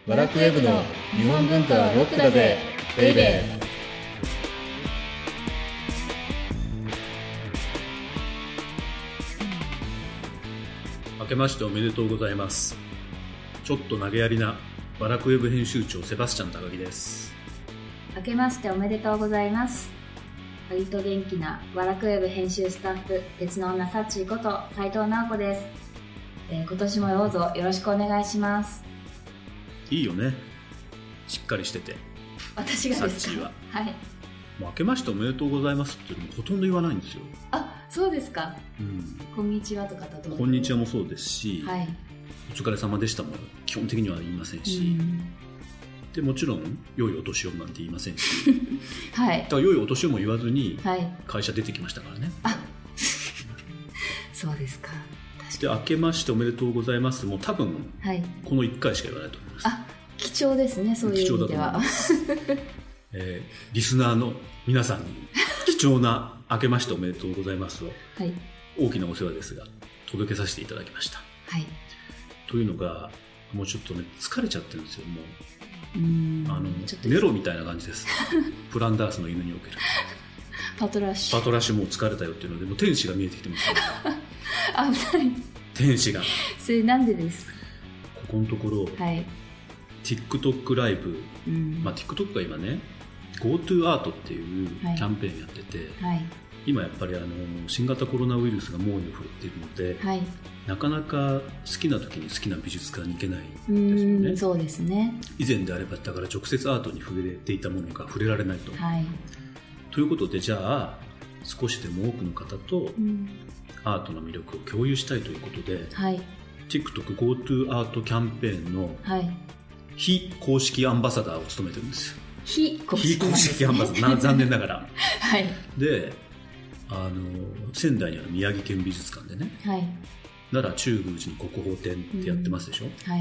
ワラクウェブの日本文化はロックだぜベイベー。 明けましておめでとうございます。ちょっと投げやりなワラクウェブ編集長セバスチャン高木です。 明けましておめでとうございます。割と元気なワラクウェブ編集スタッフ鉄の女サッチーこと斉藤直子です。今年もどうぞよろしくお願いします。 いいよね、しっかりしてて。 私がですか？ サッチーははい。 もう明けましておめでとうございますっていうのもほとんど言わないんですよ。 あ、そうですか。 うん、 こんにちはとかだと。 こんにちはもそうですし、 はい、 お疲れ様でしたも基本的には言いませんし、でもちろん良いお年をなんて言いませんしはい、 だから良いお年をも言わずにはい会社出てきましたからね。 あそうですか。 で明けましておめでとうございますもう多分この1回しか言わないと思います。 あ、貴重ですね、そういう意味では。 リスナーの皆さんに貴重な明けましておめでとうございますを、はい、大きなお世話ですが届けさせていただきました。 はい、 というのがもうちょっとね疲れちゃってるんですよ。もうちょっとネロみたいな感じですプランダースの犬におけるパトラッシュもう疲れたよっていうのでもう天使が見えてきてますよ危ない。 天使が。 それなんでです？ ここのところ、はい、TikTok ライブ、TikTok が今ね GoTo アートっていうキャンペーンやってて、はい、今やっぱり新型コロナウイルスが猛威を振るっているので、はい、なかなか好きな時に好きな美術館に行けないですよね。 そうですね。 以前であればだから直接アートに触れていたものが触れられないと、はい、ということでじゃあ少しでも多くの方とアートの魅力を共有したいということで、はい、TikTok GoTo アートキャンペーンの非公式アンバサダーを務めてるんですよ。 非公式アンバサダー残念ながらはい、 で仙台にある宮城県美術館でね、はい、奈良中宮寺に国宝展ってやってますでしょ、はい、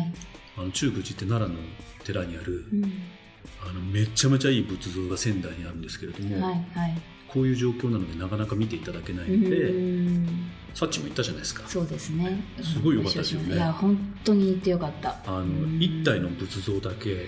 中宮寺って奈良の寺にある、めちゃめちゃいい仏像が仙台にあるんですけれども、はいはい、こういう状況なのでなかなか見ていただけないので、サッチも言ったじゃないですか。 そうですね。 すごい良かったですよね。 いや本当に行ってよかった。 1体の仏像だけ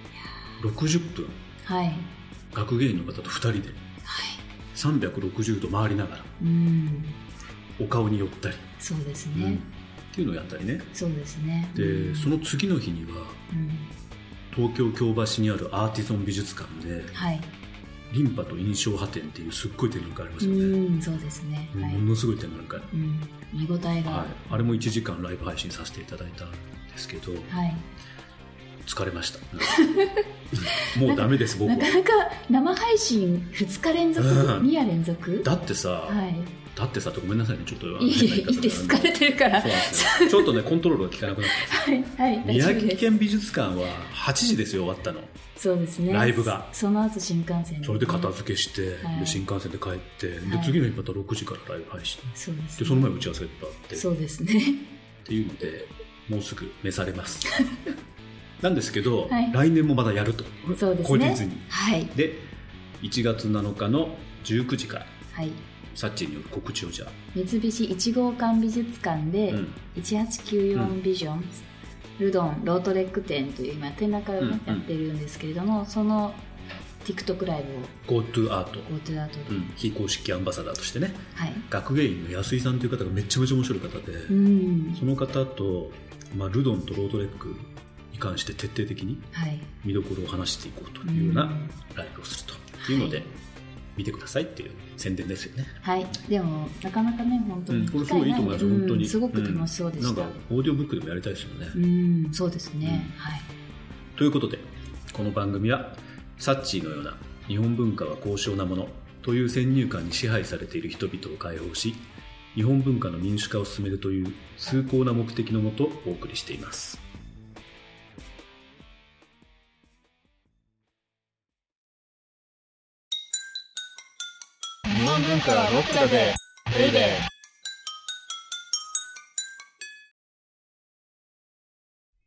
60分、はい、学芸員の方と2人で、はい、360度回りながら、お顔に寄ったり、 そうですね、 っていうのをやったりね。 そうですね。 で、その次の日には、東京京橋にあるアーティゾン美術館で、はい、リンパと印象派展っていうすっごい展覧会ありますよね。 そうですね、 ものすごい展覧会、 見応えが、 はい、あれも1時間ライブ配信させていただいたんですけど、はい、疲れましたもうダメです僕は。 なかなか生配信2日連続、2夜連続だってさ、 はい、 だってさ、ごめんなさいね、ちょっといいです、疲れてるからちょっとねコントロールが効かなくなってます、はいはい、宮城県美術館は8時ですよ終わったの。 そうですね、 ライブが。 その後新幹線で、ね、 それで片付けして、はい、で新幹線で帰って、で次の日また6時からライブ配信、 そうですね、 でその前打ち合わせがあって、 そうですねっていうのでもうすぐ召されますなんですけど、はい、来年もまだやると。 そうですね、 後日に、 はい、 で1月7日の19時から、 はい、 サッチによる告知をじゃあ。 三菱一号館美術館で、1894ビジョン、ルドンロートレック展という今展覧会を、やってるんですけれども、その TikTok ライブを GoTo アート、非公式アンバサダーとしてね、はい、学芸員の安井さんという方がめちゃめちゃ面白い方で、その方と、ルドンとロートレックに関して徹底的に見どころを話していこうというようなライブをするというので、はい、見てくださいっていう宣伝ですよね。 はい、でもなかなかね本当に、 これすごいいいと思いますよ、本当にすごく楽しそうでした。 なんかオーディオブックでもやりたいですよね。 そうですね、はい。 ということでこの番組はサッチーのような日本文化は高尚なものという先入観に支配されている人々を解放し、日本文化の民主化を進めるという崇高な目的のもとお送りしています。 日本文化はロックだぜベイベー。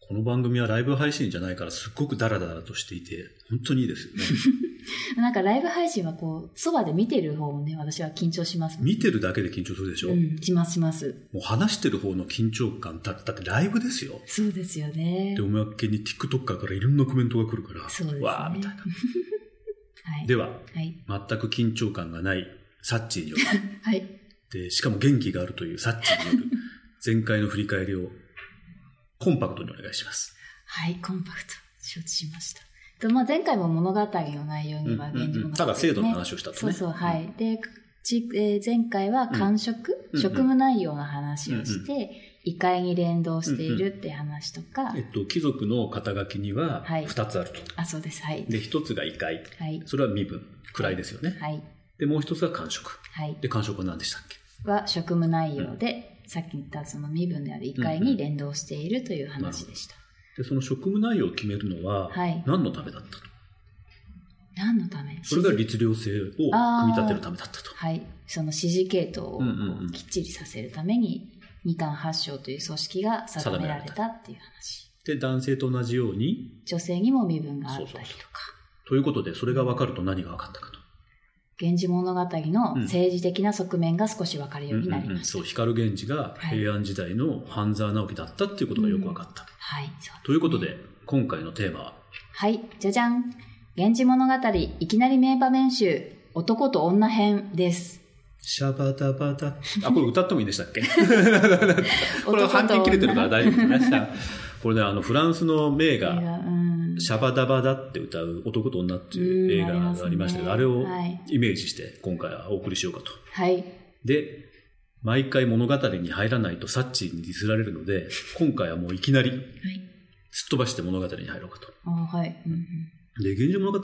この番組はライブ配信じゃないからすっごくダラダラとしていて、本当にいいですよね。 なんかライブ配信はこう、そばで見てる方もね、私は緊張します、ね。 見てるだけで緊張するでしょ。 しますします。 もう話してる方の緊張感、だってライブですよ。 そうですよね。 で、おまけに TikToker からいろんなコメントが来るから、 そうですね。 わーみたいな。はい、では、全く緊張感がないサッチーによる。 はい。 で、しかも元気があるというサッチーによる前回の振り返りをコンパクトにお願いします。 はい、コンパクト。承知しました。前回も物語の内容には源氏物語、 ただ制度の話をしたとね。 そう、はい。で、前回は官職、職務内容の話をして、異界に連動しているって話とか、 貴族の肩書きには2つあると。 あ、そうです。はい。 で、1つが異界。はい。それは身分、位ですよね。はい。で、もう1つが官職。はい。で、官職は何でしたっけ？ は職務内容で、さっき言ったその身分である異界に連動しているという話でした。 で、その職務内容を決めるのは、何のためだったと？ 何のため？ それが律令制を組み立てるためだったと。 はい。その指示系統をきっちりさせるために、二官八将という組織が定められたっていう話。 で、男性と同じように、 女性にも身分があったりとか。 ということで、それが分かると何が分かったかと。 源氏物語の政治的な側面が少し分かるようになりました。 そう、光源氏が平安時代の半沢直樹だったっていうことがよく分かった。 はい。 ということで、今回のテーマは、 はい、じゃじゃん。源氏物語いきなり名場面集、男と女編です。 シャバダバダ。あ、これ歌ってもいいんでしたっけ？これは半径切れてるから大丈夫ですね。これね、フランスの名画、シャバダバダって歌う男と女っていう映画がありましたけど、あれをイメージして今回はお送りしようかと。はい。で、毎回物語に入らないとサッチーにディスられるので、今回はもういきなり、すっ飛ばして物語に入ろうかと。はい。で、源氏物語って、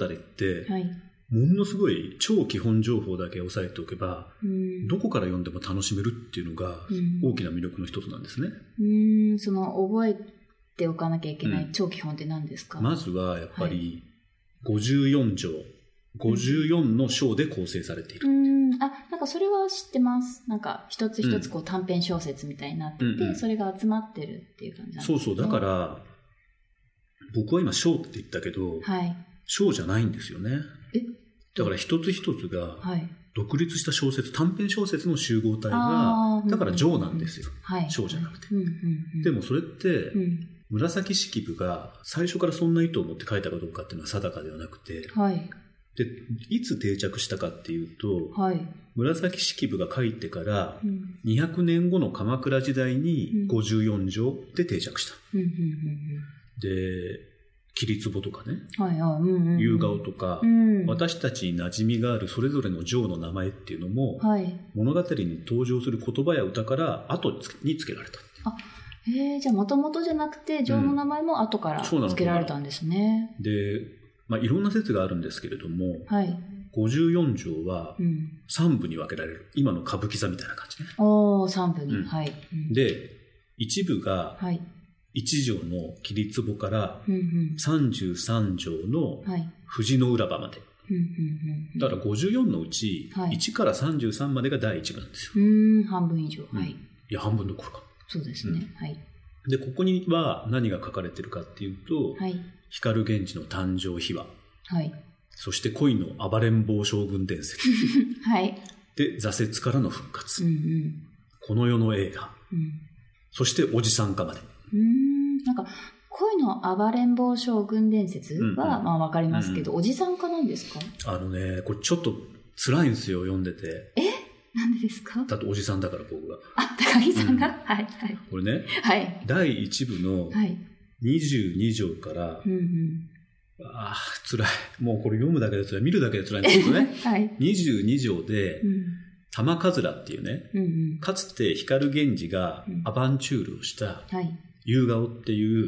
ものすごい超基本情報だけ押さえておけば、どこから読んでも楽しめるっていうのが大きな魅力の一つなんですね。 その覚えておかなきゃいけない超基本って何ですか？ まずはやっぱり54条、54の章で構成されている。 なんかそれは知ってます。なんか一つ一つこう短編小説みたいになってて、それが集まってるっていう感じなんですね。 そう、だから僕は今章って言ったけど、章じゃないんですよね。だから一つ一つが独立した小説、短編小説の集合体が、だから章なんですよ。章じゃなくて。でもそれって、紫式部が最初からそんな意図を持って書いたかどうかっていうのは定かではなくて、で、いつ定着したかっていうと、紫式部が書いてから200年後の鎌倉時代に54条で定着した。で、桐壺とかね、夕顔とか、私たちに馴染みがあるそれぞれの城の名前っていうのも、物語に登場する言葉や歌から後につけられた。 じゃあ元々じゃなくて城の名前も後からつけられたんですね。 で、いろんな説があるんですけれども、54条は3部に分けられる。今の歌舞伎座みたいな感じね。 3部に。 で、一部が、1条の桐壺から33条の藤の浦場まで。だから54のうち1から33までが第1部なんですよ。 半分以上。 いや、半分どころか。 そうですね。 で、ここには何が書かれてるかっていうと、光源氏の誕生秘話。そして恋の暴れん坊将軍伝説。で、挫折からの復活。この世の映画。そしておじさん化まで。 なんか恋の暴れん坊将軍伝説はわかりますけど、おじさん化なんですか？ これちょっと辛いんですよ、読んでて。 なんでですか？ だっておじさんだから僕が。 高木さんが、 これね、第1部の22条から、辛い。もうこれ読むだけで辛い。見るだけで辛いんですけどね。22条で、玉かずらっていうね、かつて光源氏がアバンチュールをした、夕顔っていう、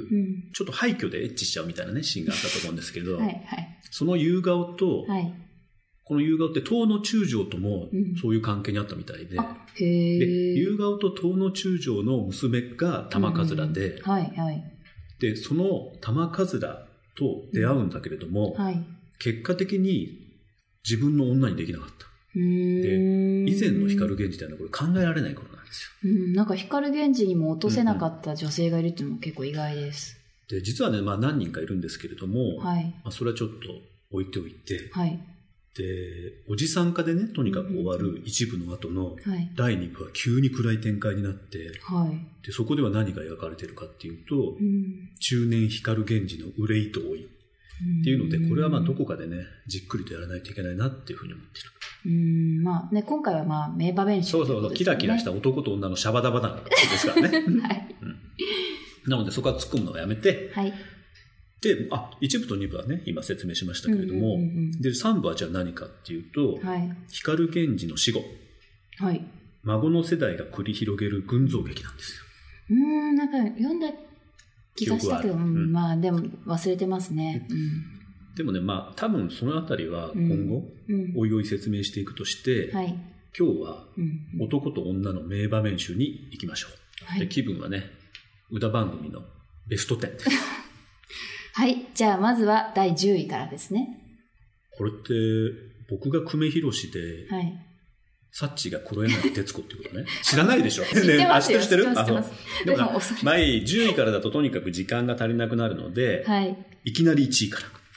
ちょっと廃墟でエッチしちゃうみたいなね、シーンがあったと思うんですけど、その夕顔と、この夕顔って東の中将ともそういう関係にあったみたいで、で夕顔と東の中将の娘が玉かずらで、で、その玉かずらと出会うんだけれども、結果的に自分の女にできなかった。で、以前の光源氏っていうのはこれ考えられないことなんですよ。 なんか光源氏にも落とせなかった女性がいるっていうのも結構意外です。 で実はね、何人かいるんですけれども、それはちょっと置いておいて、でおじさん化でね、とにかく終わる一部の後の第2部は急に暗い展開になって、でそこでは何が描かれているかっていうと、中年光源氏の憂いと老いっていうので、これはどこかでね、じっくりとやらないといけないなっていうふうに思ってる。 今回は名場面集、ね、 そうキラキラした男と女のシャバダバなですからね。なのでそこは突っ込むのをやめて、で、1部と2部はね、今説明しましたけれども、で、3部はじゃあ何かっていうと、光源氏の死後、孫の世代が繰り広げる群像劇なんですよ。 なんか読んだ気がしたけど、でも忘れてますね。 でもね、多分そのあたりは今後、おいおい説明していくとして、今日は男と女の名場面集に行きましょう。で気分はね、歌番組のベスト10です。 じゃあまずは第10位からですね。 これって僕が久米宏で、サッチが黒柳徹子っていうことね。知らないでしょ。 知ってますよ。 知ってる？ でも 10位からだととにかく時間が足りなくなるので、いきなり1位から。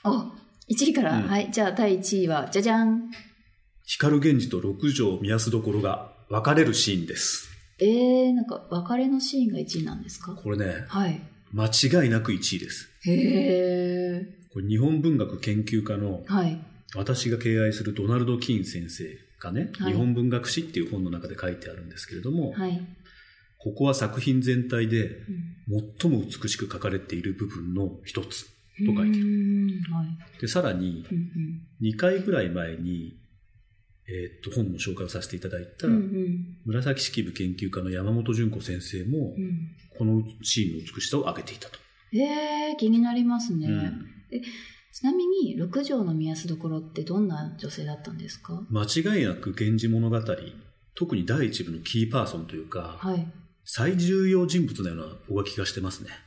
1位から、じゃあ第1位はじゃじゃん。 光源氏と六条宮須所が別れるシーンです。 なんか別れのシーンが1位なんですか？ これね、間違いなく1位です。これ日本文学研究家の、私が敬愛するドナルド・キーン先生がね、日本文学史っていう本の中で書いてあるんですけれども、ここは作品全体で最も美しく書かれている部分の一つと書いてある。でさらに2回ぐらい前に、本の紹介をさせていただいた紫式部研究家の山本純子先生もこのシーンの美しさを挙げていたと。 気になりますね。ちなみに六条の宮須所ってどんな女性だったんですか？ 間違いなく源氏物語、特に第一部のキーパーソンというか、最重要人物のような僕は気がしてますね。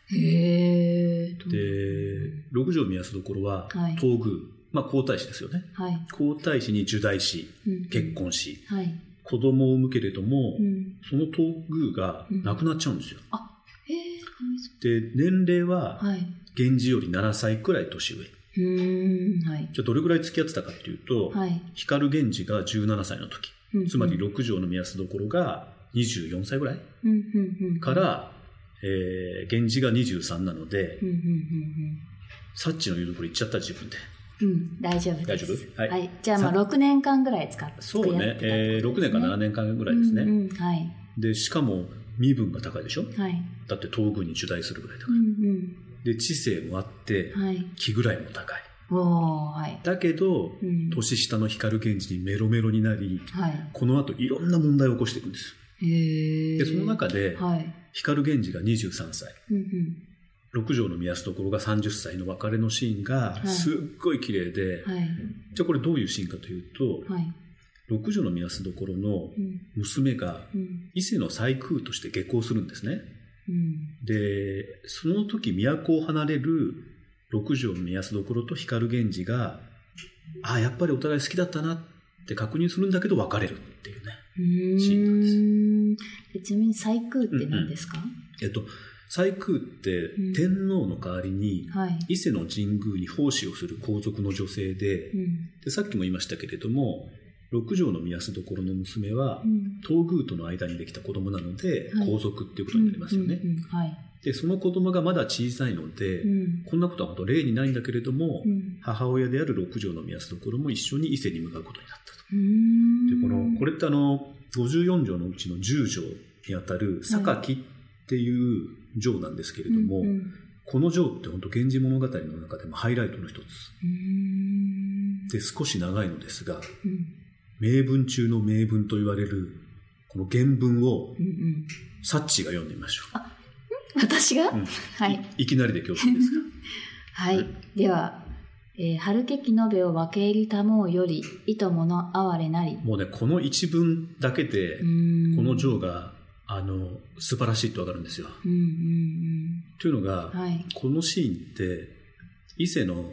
で六条宮須所は東宮、皇太子ですよね。皇太子に入内し、結婚し、子供を産むけれども、その東宮が亡くなっちゃうんですよ。で年齢は源氏より7歳くらい年上。じゃあどれぐらい付き合ってたかっていうと、光源氏が17歳の時、つまり六条の宮須所が24歳ぐらいから、源氏が23なので、サッチの言うところ言っちゃった自分で。 大丈夫です。 大丈夫？ じゃあ6年間ぐらい使って。 そうね、6年か7年間ぐらいですね。でしかも身分が高いでしょ。だって東宮に入内するぐらいだから。で知性もあって、気ぐらいも高い。だけど、年下の光源氏にメロメロになり、この後いろんな問題を起こしていくんです。でその中で、光源氏が23歳、六条の宮須所が30歳の別れのシーンがすっごい綺麗で、じゃあこれどういうシーンかというと、六条の宮須所の娘が伊勢の西宮として下校するんですね。でその時都を離れる六条の宮須所と光源氏がやっぱりお互い好きだったなって確認するんだけど別れるっていうねシーンなんです。 ちなみに西宮って何ですか？ 西宮って天皇の代わりに伊勢の神宮に奉仕をする皇族の女性で、さっきも言いましたけれども、六条の宮須所の娘は東宮との間にできた子供なので皇族っていうことになりますよね。でその子供がまだ小さいので、こんなことは本当例にないんだけれども、母親である六条の宮須所も一緒に伊勢に向かうことになったと。でこれって54条のうちの10条にあたる榊っていう条なんですけれども、この条って本当源氏物語の中でもハイライトの一つで、少し長いのですが、名文中の名文と言われるこの原文をサッチが読んでみましょう。 私が、 いきなりで恐縮ですがでは、春家木のべを分け入りたもうよりいともの哀れなり。 もうね、この一文だけでこの条が素晴らしいと分かるんですよ。というのが、このシーンって伊勢の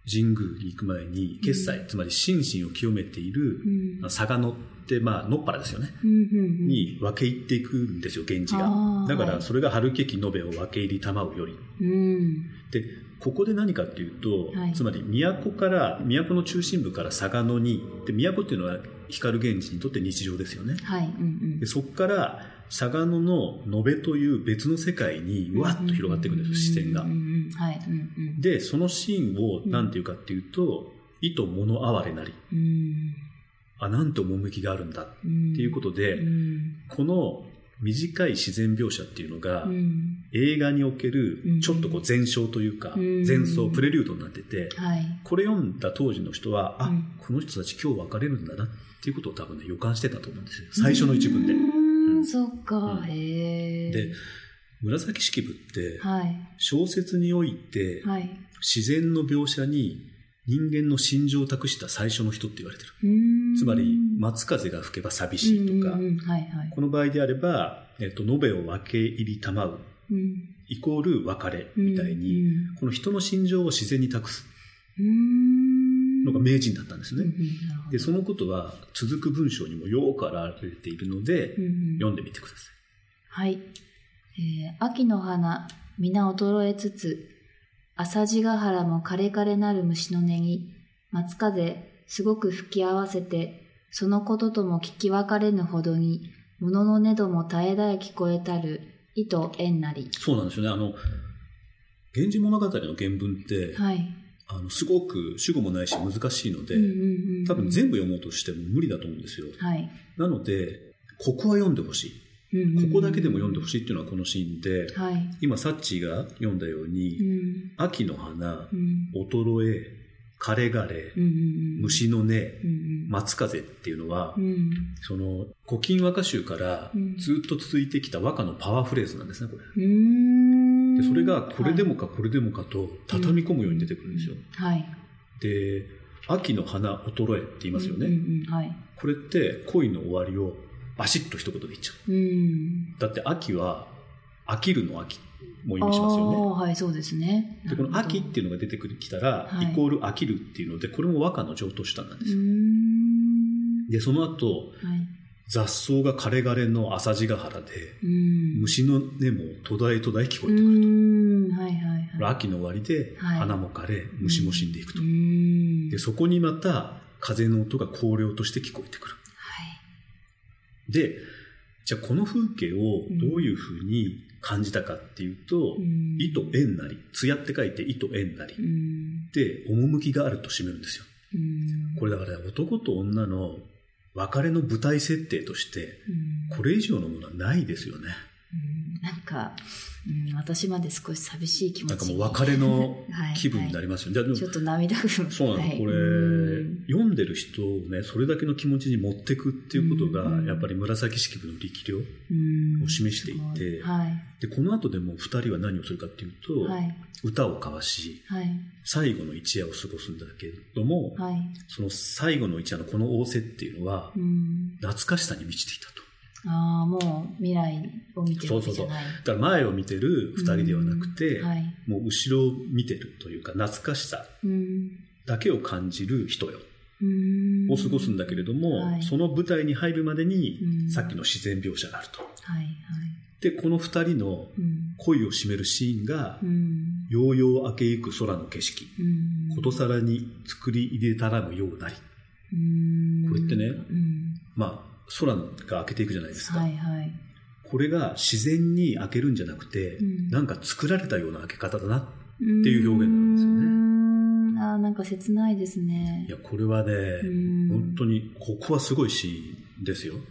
神宮に行く前に決済、つまり心身を清めている嵯峨野って、野っ原ですよね、に分け入っていくんですよ、源氏が。だからそれが春けき延べを分け入りたまうより、でここで何かっていうと、つまり都の中心部から嵯峨野に、で都っていうのは光源氏にとって日常ですよね、でそこから嵯峨野の延べという別の世界にわっと広がっていくんですよ、視線が。でそのシーンを何ていうかっていうと、意と物哀れなり、なんて趣があるんだっていうことで、この短い自然描写っていうのが、映画におけるちょっと前奏というか、前奏プレリュードになってて、これ読んだ当時の人は、この人たち今日別れるんだなっていうことを多分ね予感してたと思うんですよ、最初の一文で。 そっか、 で紫式部って、小説において、自然の描写に人間の心情を託した最初の人って言われてる。つまり松風が吹けば寂しいとか、この場合であれば、延べを分け入りたまう、イコール別れみたいに、この人の心情を自然に託すのが名人だったんですね。でそのことは続く文章にもよく表れているので、読んでみてください。 秋の花皆衰えつつ、朝地ヶ原も枯れ枯れなる虫の音に、松風すごく吹き合わせて、そのこととも聞き分かれぬほどに、物の音も絶え絶え聞こえたる、意と縁なり。 そうなんですよね。源氏物語の原文って、すごく主語もないし難しいので、多分全部読もうとしても無理だと思うんですよ。なので、ここは読んでほしい。ここだけでも読んでほしいっていうのはこのシーンで、今サッチーが読んだように、秋の花、衰え、枯れ枯れ、虫の音、松風っていうのは、その古今和歌集からずっと続いてきた和歌のパワーフレーズなんですね、これ。でそれがこれでもかこれでもかと畳み込むように出てくるんですよ。で、秋の花衰えって言いますよね。これって恋の終わりをバシッと一言で言っちゃう。だって秋は飽きるの秋も意味しますよね。 そうですね。 でこの秋っていうのが出てきたら、イコール飽きるっていうので、これも和歌の上等手段なんですよ。でその後、雑草が枯れ枯れの朝地ヶ原で、虫の音も途絶え途絶え聞こえてくると。秋の終わりで花も枯れ、虫も死んでいくと。でそこにまた風の音が光亮として聞こえてくる。でじゃあこの風景をどういうふうに感じたかっていうと、意と縁なり、艶って書いて意と縁なりで趣があると締めるんですよ。これだから男と女の別れの舞台設定としてこれ以上のものはないですよね。 なんか、私まで少し寂しい気持ちに、 なんかもう別れの気分になりますよね。 ちょっと涙ぐむ。 そうなの、これ読んでる人をね、それだけの気持ちに持っていくっていうことが、やっぱり紫式部の力量を示していて、でこの後でも2人は何をするかっていうと、歌を交わし、最後の一夜を過ごすんだけれども、その最後の一夜のこの仰せっていうのは、懐かしさに満ちていたと。 もう未来を見てるわけじゃない。 だから前を見てる2人ではなくて、もう後ろを見てるというか、懐かしさだけを感じる人よを過ごすんだけれども、その舞台に入るまでにさっきの自然描写があると。でこの2人の恋を締めるシーンが、ようよう明けゆく空の景色、ことさらに作り入れたらむようなり。これってね、空が明けていくじゃないですか。これが自然に明けるんじゃなくて、なんか作られたような明け方だなっていう表現なんですよね。 なんか切ないですね。 いや、これはね、本当にここはすごいシーンですよ。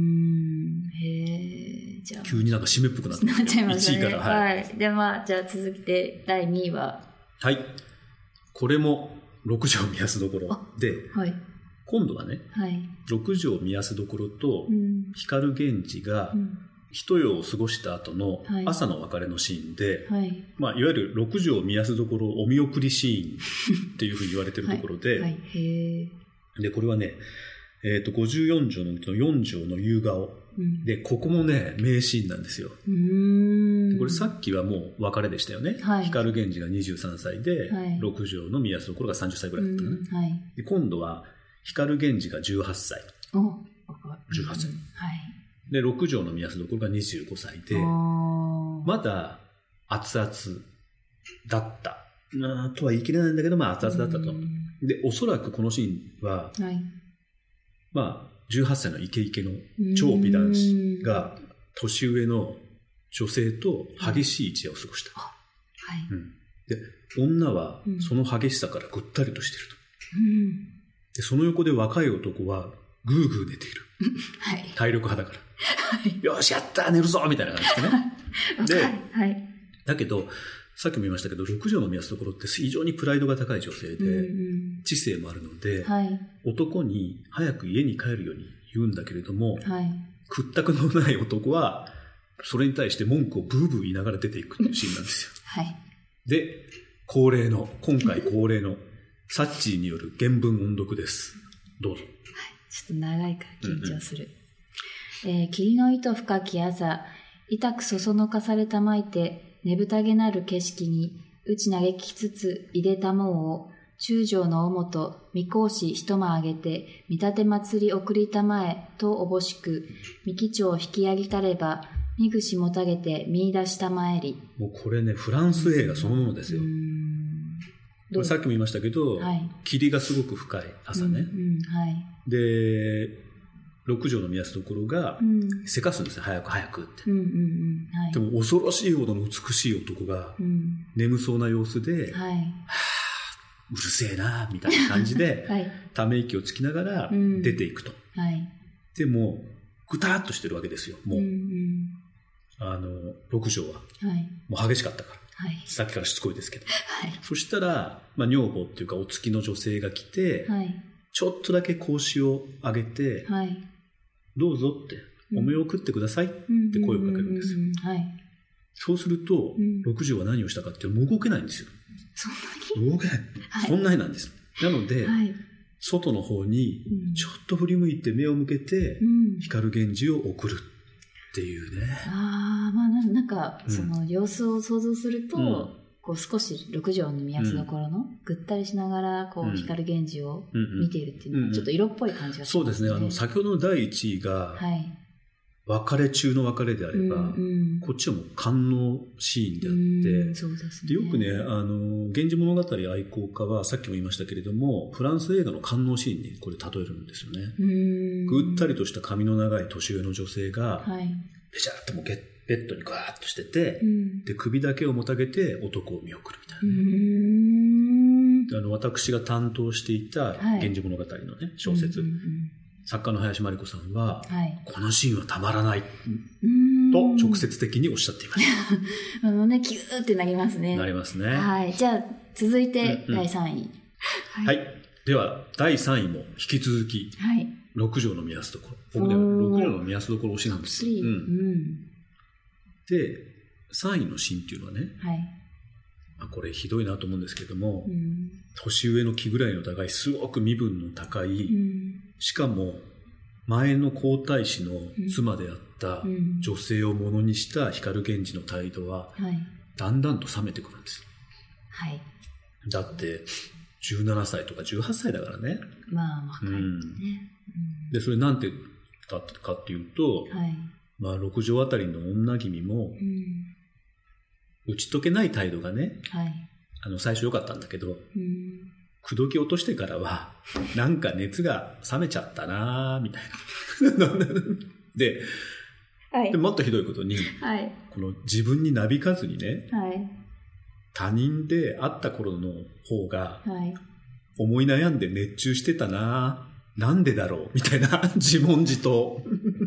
じゃあ急になんか締めっぽくなってなっちゃいましたね。 1位から。 でじゃあ続いて第2位は、 これも六条見やすどころで、今度はね、六条見やすどころと光源氏が一夜を過ごした後の朝の別れのシーンで、いわゆる六条見やすどころお見送りシーンっていうふうに言われてるところで、でこれはね、54条のうちの4条の夕顔で、ここもね名シーンなんですよ。ここれさっきはもう別れでしたよね。はい、光源氏が23歳で、はい、六条の宮安所が30歳ぐらいだったかな。はい、で今度は光源氏が18歳。18歳。はい、で、六条の宮安所が25歳で、まだ熱々だった。とは言い切れないんだけど、まあ熱々だったと。で、おそらくこのシーンは、はい、まあ、18歳のイケイケの超美男子が年上の女性と激しい一夜を過ごした。はいうん、で、女はその激しさからぐったりとしていると。で、その横で若い男はぐーぐー寝ている。はい、体力派だから。はい、よし、やった寝るぞみたいな感じでね。で、はい、だけど、さっきも言いましたけど、六条の宮安所って非常にプライドが高い女性で、知性もあるので、はい、男に早く家に帰るように言うんだけれども、はい、屈託のない男は、それに対して文句をブーブー言いながら出ていくっていうシーンなんですよ。はい、で、今回恒例の、サッチーによる原文音読です。どうぞ。はい、 ちょっと長いから緊張する。霧の糸深き朝、痛くそそのかされたまいて、ねぶたげなる景色に、打ち嘆きつつ、いでたもうを、中将の主と、御格子一間あげて、見立て祭り送りたまえ、とおぼしく、三木町引き上げたれば、見串もたげて見出したまえり。 もうこれね、フランス映画そのものですよ。これさっきも言いましたけど、はい、霧がすごく深い朝ね。はい、で、六条の宮安所が、せかすんですよ、早く早くって。でも恐ろしいほどの美しい男が、眠そうな様子で、はい、はぁ、うるせえな、みたいな感じで、はい、ため息をつきながら出ていくと。はい、でも、ぐたーっとしてるわけですよ、もう。六条は。はい、もう激しかったから。はい、さっきからしつこいですけど。はい、そしたら、まあ、女房っていうかお付きの女性が来て、はい、ちょっとだけ格子を上げて、はい、どうぞって、お目を送ってくださいって声をかけるんですよ。そうすると、六条は何をしたかっていうと、もう動けないんですよ。そんなに動けない。はい、そんなになんです。なので、はい、外の方にちょっと振り向いて目を向けて、光源氏を送るっていうね。 ああ、まあなんか、その様子を想像すると、こう少し六条の宮安所のぐったりしながらこう光源氏を見ているっていうのはちょっと色っぽい感じがしますね。 そうですね。先ほどの第一位が別れ中の別れであれば、こっちはもう官能シーンであって、そうですね、でよくね、源氏物語愛好家はさっきも言いましたけれども、フランス映画の官能シーンにこれ例えるんですよね。ぐったりとした髪の長い年上の女性が、ペシャッともうベッドにガーッとしてて、で首だけをもたげて男を見送るみたいな、私が担当していた源氏物語のね、小説、作家の林真理子さんは、このシーンはたまらないと直接的におっしゃっていましたね、キューってなりますね。 なりますね。 はい、じゃあ続いて第3位、 はい、では第3位も引き続き、六条の宮安所。僕ね、六条の宮安所推しなんですよ。で、3位のシーンっていうのはね、これひどいなと思うんですけれども、年上の気ぐらいの高い、すごく身分の高い、しかも前の皇太子の妻であった女性をものにした光源氏の態度は、だんだんと冷めてくるんです。だって、17歳とか18歳だからね。まあ、若いですね。で、それなんてだったかっていうと、まあ、六条あたりの女君も、打ち解けない態度がね、最初良かったんだけど、口説き落としてからは、なんか熱が冷めちゃったなみたいな。で、もっとひどいことに、この自分になびかずにね、他人で会った頃の方が、思い悩んで熱中してたなんでだろうみたいな自問自答。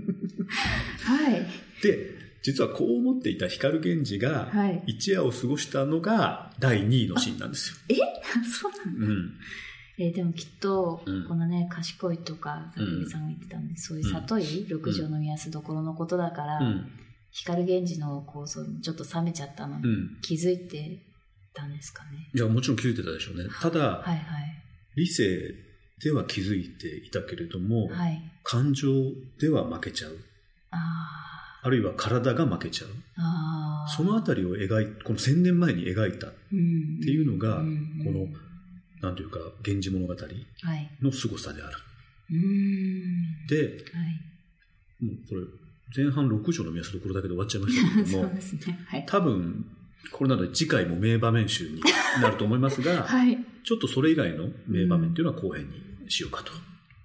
で、実はこう思っていた光源氏が一夜を過ごしたのが第2位のシーンなんですよ。 そうなの？でもきっと、このね、賢いとか、さくみさんが言ってたんで、そういう里井、六条の宮安所のことだから、光源氏のこうちょっと冷めちゃったのに気づいてたんですかね。 いや、もちろん気づいてたでしょうね。ただ、理性では気づいていたけれども、感情では負けちゃう。あるいは体が負けちゃう。 そのあたりをこの1000年前に描いたっていうのが、この、なんていうか、源氏物語の凄さである。で、もうこれ、前半6条の宮所だけで終わっちゃいましたけれども、 そうですね。はい、 多分、これなので次回も名場面集になると思いますが、 はい、 ちょっとそれ以外の名場面っていうのは後編にしようかと。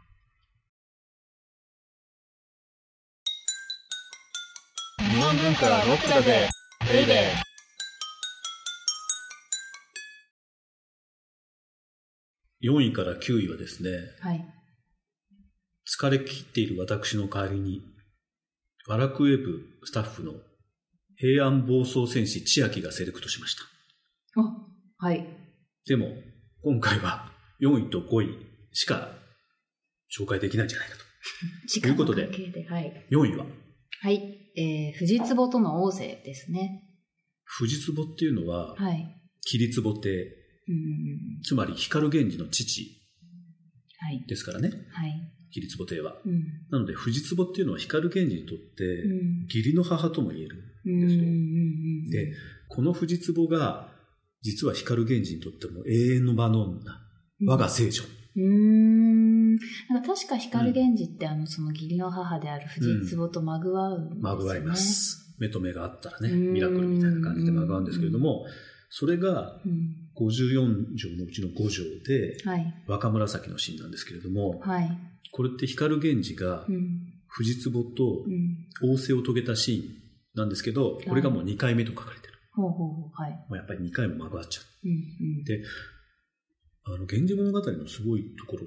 日本文化はロックだぜ、ベイベー。 4位から9位はですね、 はい、 疲れ切っている私の代わりに、ワラクウェブスタッフの平安暴走戦士千秋がセレクトしました。 はい。 でも、今回は4位と5位しか紹介できないんじゃないかと。ということで、 はい、 4位ははい、藤壺との逢瀬ですね。 藤壺っていうのは、 はい、 桐壺亭、つまり光源氏の父ですからね、 はい、 桐壺亭は、なので藤壺っていうのは光源氏にとって義理の母とも言えるんですよ。で、この藤壺が実は光源氏にとっても永遠の場の女、我が聖女。 なんか確か光源氏って、その義理の母である藤壺とまぐわうんですよね。 まぐわいます。目と目があったらね、ミラクルみたいな感じでまぐわうんですけれども、それが54条のうちの5条で、若紫のシーンなんですけれども、これって光源氏が藤壺と仰せを遂げたシーンなんですけど、これがもう2回目と書かれてる。もうやっぱり2回もまぐわっちゃう。で、源氏物語のすごいところって、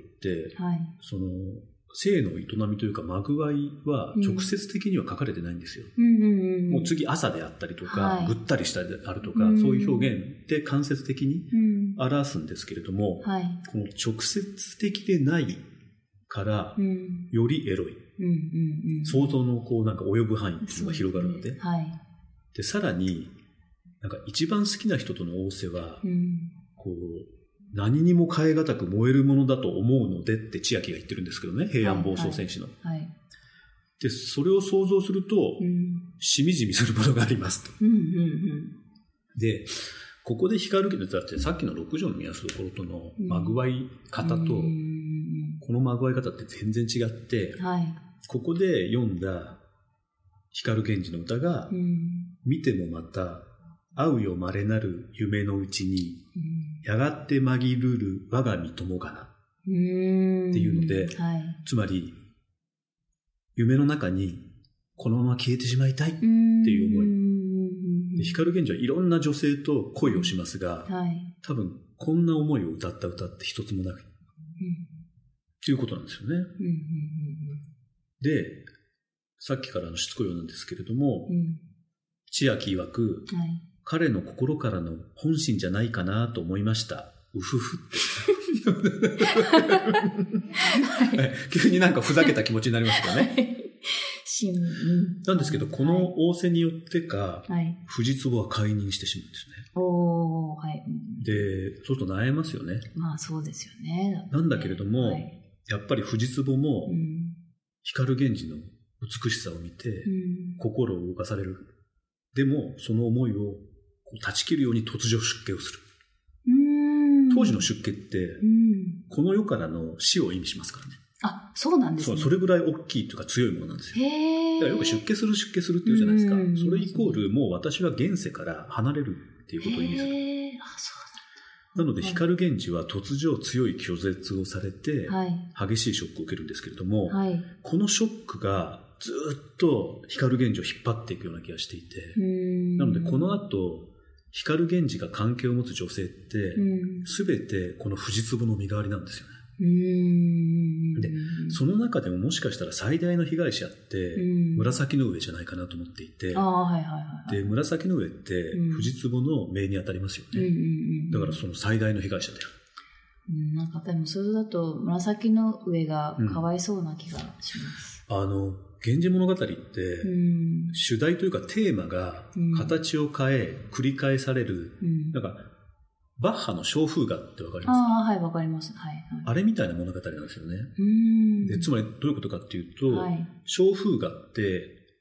その性の営みというかまぐわいは直接的には書かれてないんですよ。もう次朝であったりとか、ぐったりしたであるとか、そういう表現で間接的に表すんですけれども、この直接的でないからよりエロい、想像のこうなんか及ぶ範囲っていうのが広がるので、でさらになんか一番好きな人との仰せは、こう何にも代え難く燃えるものだと思うのでって千秋が言ってるんですけどね、平安暴走戦士の。で、それを想像すると、しみじみするものがありますと。で、ここで光るけど、だってさっきの6条の宮所とのまぐわい方と、このまぐわい方って全然違って、ここで読んだ光源氏の歌が、見てもまた、会うよ稀なる夢のうちに、やがて紛るる我が身友がなっていうので、つまり夢の中にこのまま消えてしまいたいっていう思いで、光源氏はいろんな女性と恋をしますが、多分こんな思いを歌った歌って一つもないっていうことなんですよね。で、さっきからしつこいようなんですけれども、千秋曰く、彼の心からの本心じゃないかなと思いました。うふふって急になんかふざけた気持ちになりますよね。なんですけど、この仰せによってか、藤壺は解任してしまうんですね。で、ちょっと悩ますよね。 まあそうですよね。 なんだけれども、やっぱり藤壺も光源氏の美しさを見て、心を動かされる。でも、その思いを断ち切るように突如出家をする。当時の出家って、この世からの死を意味しますからね。 あ、そうなんですね。 それぐらい大きいというか強いものなんですよ。だからよく出家するっていうじゃないですか。それイコールもう私は現世から離れるっていうことを意味する。なので光源氏は突如強い拒絶をされて、激しいショックを受けるんですけれども、このショックがずっと光源氏を引っ張っていくような気がしていて、なのでこの後光源氏が関係を持つ女性って全てこの藤壺の身代わりなんですよね。で、その中でももしかしたら最大の被害者って紫の上じゃないかなと思っていて、で紫の上って藤壺の命に当たりますよね。だからその最大の被害者である。 なんかでもそれだと紫の上がかわいそうな気がします。 源氏物語って、主題というかテーマが形を変え、繰り返される、なんかバッハの小風画ってわかりますか？ はい、わかります。 あれみたいな物語なんですよね。でつまりどういうことかっていうと、小風画って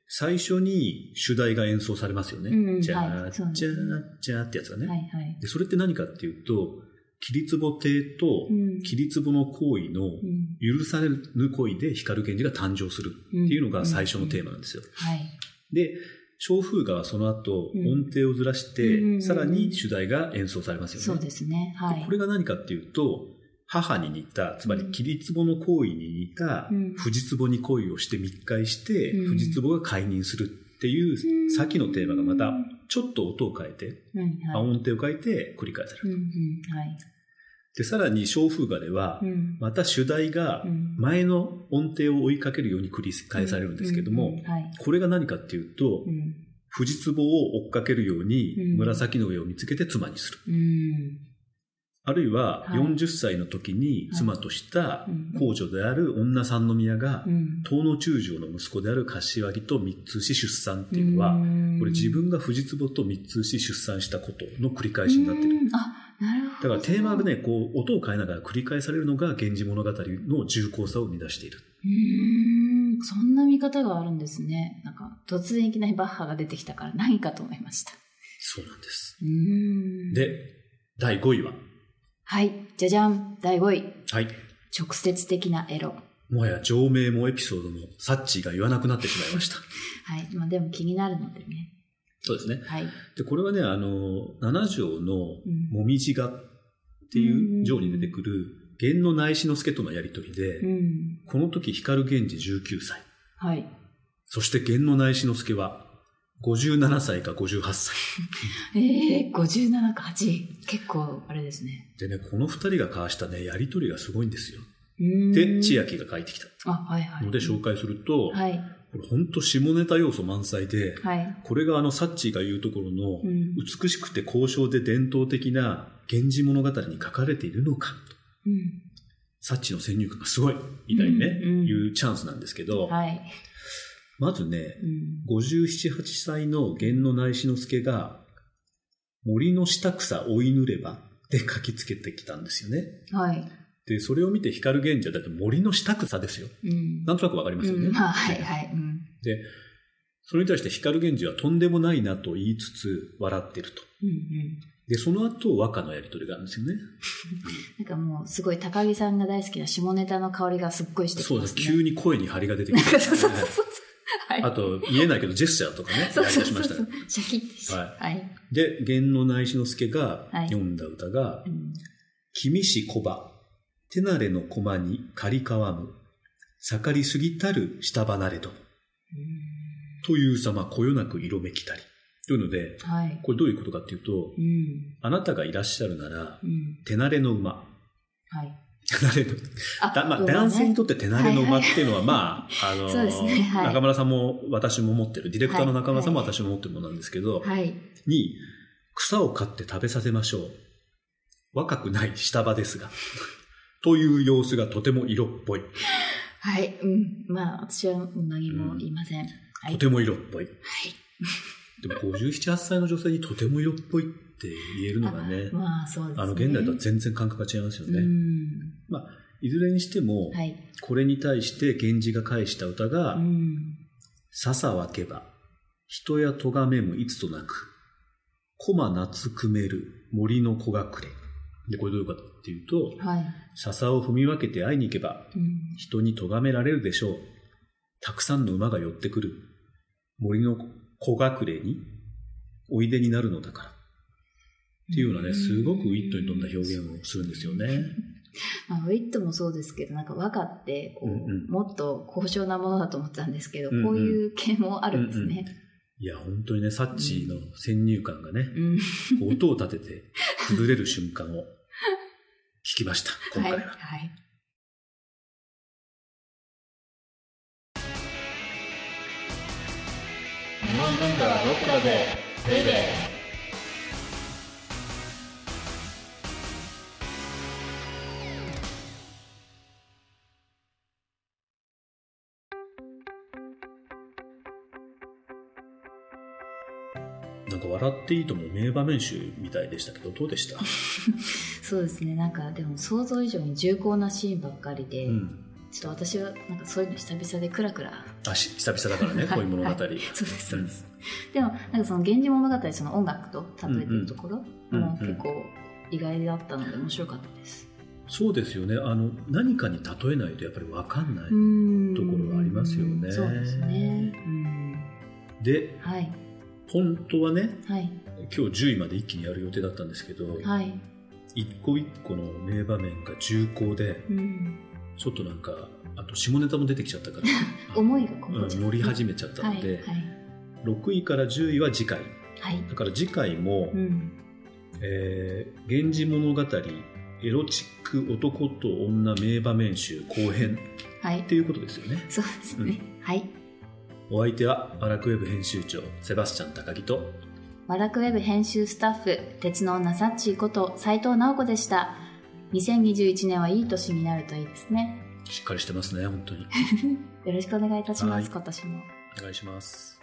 最初に主題が演奏されますよね。じゃーじゃーじゃーってやつがね。でそれって何かっていうと、桐壺亭と桐壺の行為の許されぬ恋で光源氏が誕生するっていうのが最初のテーマなんですよ。で、小風雅はその後音程をずらしてさらに主題が演奏されますよね。 そうですね。はい。 これが何かっていうと、母に似た、つまり桐壺の行為に似た藤壺に恋をして密会して藤壺が解任するっていう先のテーマがまたちょっと音を変えて、音程を変えて繰り返されると。で、さらに小風雅ではまた主題が前の音程を追いかけるように繰り返されるんですけども、これが何かっていうと、藤壺を追っかけるように紫の上を見つけて妻にする。あるいは40歳の時に妻とした皇女である女三宮が東の中将の息子である柏木と密通し出産っていうのは、これ自分が藤壺と密通し出産したことの繰り返しになっている。 なるほど。 だからテーマがね、こう音を変えながら繰り返されるのが源氏物語の重厚さを生み出している。 そんな見方があるんですね。なんか突然いきなりバッハが出てきたから何かと思いました。 そうなんです。で、第5位は、 はい、じゃじゃん、第5位。 はい。 直接的なエロ。 もはや条名もエピソードもサッチーが言わなくなってしまいました。 はい。まあでも気になるのでね。 そうですね。 はい。 で、これはね、七条のもみじがっていう条に出てくる源の内志之助とのやりとりで、この時光源氏19歳。はい。そして源の内志之助は57歳か58歳。 57か8。結構あれですね。 でね、この二人が交わしたね、やりとりがすごいんですよ。で、千秋が書いてきた。ので紹介すると、これ本当下ネタ要素満載で、これがサッチーが言うところの、美しくて高尚で伝統的な源氏物語に書かれているのかと。サッチーの先入観がすごいみたいにね、いうチャンスなんですけど、まずね、57、8歳の源の内志之助が、森の下草追いぬればで書きつけてきたんですよね。で、それを見て光源氏はだって森の下草ですよ。なんとなくわかりますよね。で、それに対して光源氏はとんでもないなと言いつつ笑ってると。で、その後和歌のやり取りがあるんですよね。 なんかもうすごい高木さんが大好きな下ネタの香りがすっごいしてきますね。 そうです。急に声に張りが出てきて。あと、言えないけどジェスチャーとかね、やり出しましたね。 シャキッてして。 で、源の内志之助が読んだ歌が、君し小葉、手慣れの駒に刈りかわむ、盛りすぎたる下離れど。という様、こよなく色めきたり。というので、これどういうことかっていうと、あなたがいらっしゃるなら、手慣れの馬。手慣れの男性にとって手慣れの馬っていうのは、中村さんも私も持ってる、ディレクターの中村さんも私も持ってるものなんですけど、に、草を刈って食べさせましょう。若くない下場ですが。という様子がとても色っぽい。 私は何も言いません。 とても色っぽい。でも57、8歳の女性にとても色っぽいって言えるのがね、現代とは全然感覚が違いますよね。いずれにしても、これに対して源氏が返した歌が、笹分けば、人やとがめむいつとなく、駒夏くめる森の小隠れ。で、これどういうかっていうと、笹を踏み分けて会いに行けば、人に咎められるでしょう。たくさんの馬が寄ってくる。森の小隠れにおいでになるのだから。っていうようなね、すごくウィットに富んだ表現をするんですよね。 ウィットもそうですけど、なんか和歌ってこう、もっと高尚なものだと思ってたんですけど、こういう系もあるんですね。 いや、本当にね、サッチーの先入観がね、音を立てて崩れる瞬間を聞きました、今回は。 日本文化はロックだぜ、ベイベー。 なんか笑っていいとも名場面集みたいでしたけど、どうでした？ そうですね、なんかでも想像以上に重厚なシーンばっかりで、 ちょっと私はなんかそういうの久々でクラクラ。 久々だからね、こういう物語。そうです、そうです。でも、なんかその源氏物語、その音楽と例えてるところも結構意外だったので面白かったです。 そうですよね。何かに例えないとやっぱり分かんないところがありますよね。 そうですね。 で、本当はね、今日10位まで一気にやる予定だったんですけど、一個一個の名場面が重厚で、ちょっとなんかあと下ネタも出てきちゃったから思いがこも乗り始めちゃったので、6位から10位は次回、だから次回も、源氏物語エロチック男と女名場面集後編っていうことですよね。 そうですね。 お相手はワラクウェブ編集長セバスチャン高木とワラクウェブ編集スタッフ鉄の女サッチーこと斉藤直子でした。2021年はいい年になるといいですね。 しっかりしてますね、本当に。 よろしくお願いいたします、今年も。 お願いします。